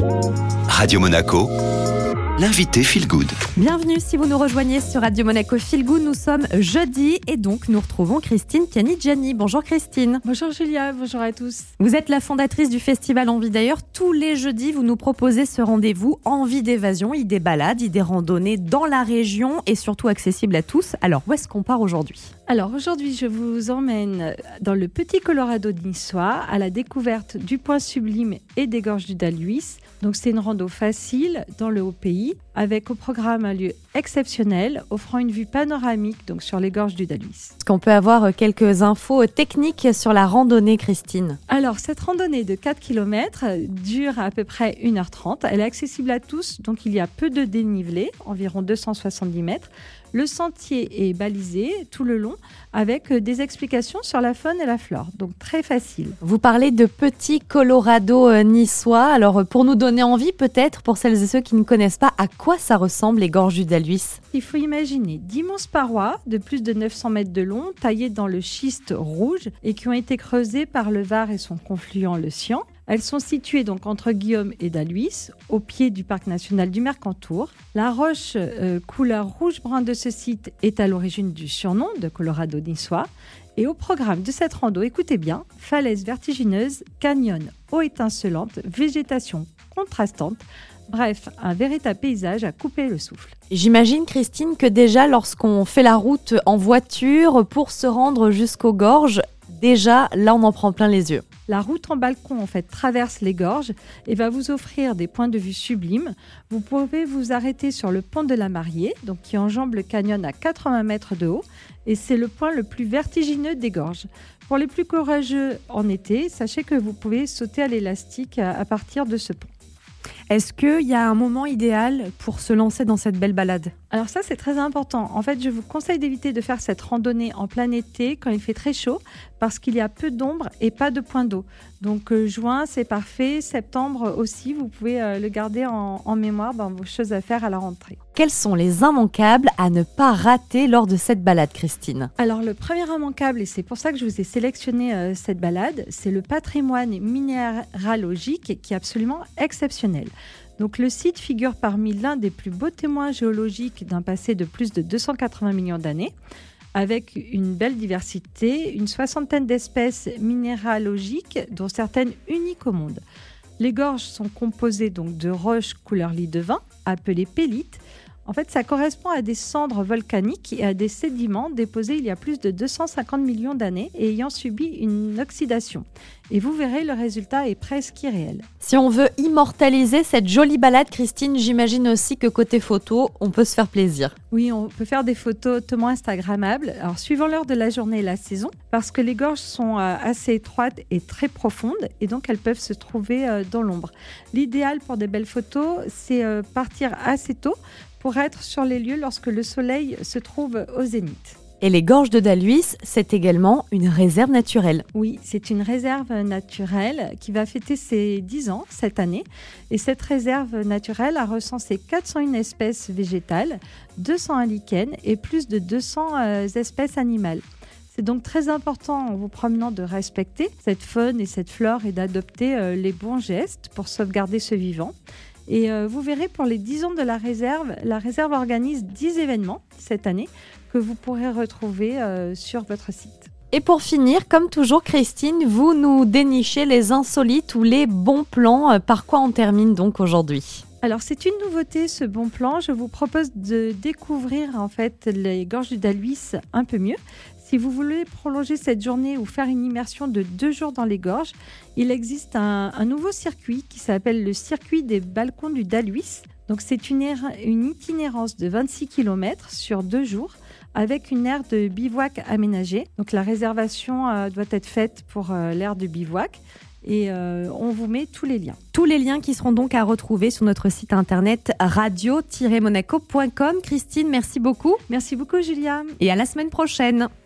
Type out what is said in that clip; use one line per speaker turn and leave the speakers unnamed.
Radio Monaco, l'invité Feel Good.
Bienvenue si vous nous rejoignez sur Radio Monaco Feel Good. Nous sommes jeudi et donc nous retrouvons Christine Pianigiani. Bonjour Christine.
Bonjour Julia, bonjour à tous.
Vous êtes la fondatrice du festival Envie d'ailleurs. Tous les jeudis, vous nous proposez ce rendez-vous Envie d'évasion, idées balades, idées randonnées dans la région et surtout accessible à tous. Alors où est-ce qu'on part aujourd'hui ?
Alors aujourd'hui, je vous emmène dans le petit Colorado niçois à la découverte du Point Sublime et des Gorges du Daluis. Donc c'est une rando facile dans le Haut-Pays avec au programme un lieu exceptionnel offrant une vue panoramique donc sur les gorges du Daluis.
Est-ce qu'on peut avoir quelques infos techniques sur la randonnée, Christine ?
Alors cette randonnée de 4 km dure à peu près 1h30. Elle est accessible à tous, donc il y a peu de dénivelé, environ 270 mètres. Le sentier est balisé tout le long avec des explications sur la faune et la flore, donc très facile.
Vous parlez de petit Colorado niçois. Alors pour nous donner envie peut-être, pour celles et ceux qui ne connaissent pas, à quoi ça ressemble les gorges du Daluis ?
Il faut imaginer d'immenses parois de plus de 900 mètres de long, taillées dans le schiste rouge et qui ont été creusées par le Var et son confluent le Sian. Elles sont situées donc entre Guillaume et Daluis, au pied du parc national du Mercantour. La roche couleur rouge-brun de ce site est à l'origine du surnom de Colorado niçois. Et au programme de cette rando, écoutez bien, falaises vertigineuses, canyons, eau étincelante, végétation contrastante. Bref, un véritable paysage à couper le souffle.
J'imagine, Christine, que déjà lorsqu'on fait la route en voiture pour se rendre jusqu'aux gorges, déjà là on en prend plein les yeux.
La route en balcon en fait traverse les gorges et va vous offrir des points de vue sublimes. Vous pouvez vous arrêter sur le pont de la Mariée, donc qui enjambe le canyon à 80 mètres de haut, et c'est le point le plus vertigineux des gorges. Pour les plus courageux en été, sachez que vous pouvez sauter à l'élastique à partir de ce pont.
Est-ce qu'il y a un moment idéal pour se lancer dans cette belle balade ?
Alors ça, c'est très important. En fait, je vous conseille d'éviter de faire cette randonnée en plein été quand il fait très chaud parce qu'il y a peu d'ombre et pas de point d'eau. Donc juin, c'est parfait. Septembre aussi, vous pouvez le garder en mémoire dans vos choses à faire à la rentrée.
Quels sont les immanquables à ne pas rater lors de cette balade, Christine ?
Alors le premier immanquable, et c'est pour ça que je vous ai sélectionné cette balade, c'est le patrimoine minéralogique qui est absolument exceptionnel. Donc le site figure parmi l'un des plus beaux témoins géologiques d'un passé de plus de 280 millions d'années, avec une belle diversité, une soixantaine d'espèces minéralogiques, dont certaines uniques au monde. Les gorges sont composées donc de roches couleur lit de vin, appelées pélites. En fait, ça correspond à des cendres volcaniques et à des sédiments déposés il y a plus de 250 millions d'années et ayant subi une oxydation. Et vous verrez, le résultat est presque irréel.
Si on veut immortaliser cette jolie balade, Christine, j'imagine aussi que côté photo, on peut se faire plaisir.
Oui, on peut faire des photos hautement instagrammables. Alors, suivant l'heure de la journée et la saison, parce que les gorges sont assez étroites et très profondes, et donc elles peuvent se trouver dans l'ombre. L'idéal pour des belles photos, c'est partir assez tôt pour être sur les lieux lorsque le soleil se trouve au zénith.
Et les gorges de Daluis, c'est également une réserve naturelle.
Oui, c'est une réserve naturelle qui va fêter ses 10 ans cette année. Et cette réserve naturelle a recensé 401 espèces végétales, 201 lichens et plus de 200 espèces animales. C'est donc très important en vous promenant de respecter cette faune et cette flore et d'adopter les bons gestes pour sauvegarder ce vivant. Et vous verrez, pour les 10 ans de la réserve organise 10 événements cette année que vous pourrez retrouver sur votre site.
Et pour finir, comme toujours, Christine, vous nous dénichez les insolites ou les bons plans. Par quoi on termine donc aujourd'hui ?
Alors c'est une nouveauté, ce bon plan. Je vous propose de découvrir en fait les gorges du Daluis un peu mieux. Si vous voulez prolonger cette journée ou faire une immersion de 2 jours dans les gorges, il existe un nouveau circuit qui s'appelle le circuit des balcons du Daluis. Donc c'est une itinérance de 26 km sur 2 jours avec une aire de bivouac aménagée. Donc la réservation doit être faite pour l'aire de bivouac. Et on vous met tous les liens.
Tous les liens qui seront donc à retrouver sur notre site internet radio-monaco.com. Christine, merci beaucoup.
Merci beaucoup, Julia.
Et à la semaine prochaine.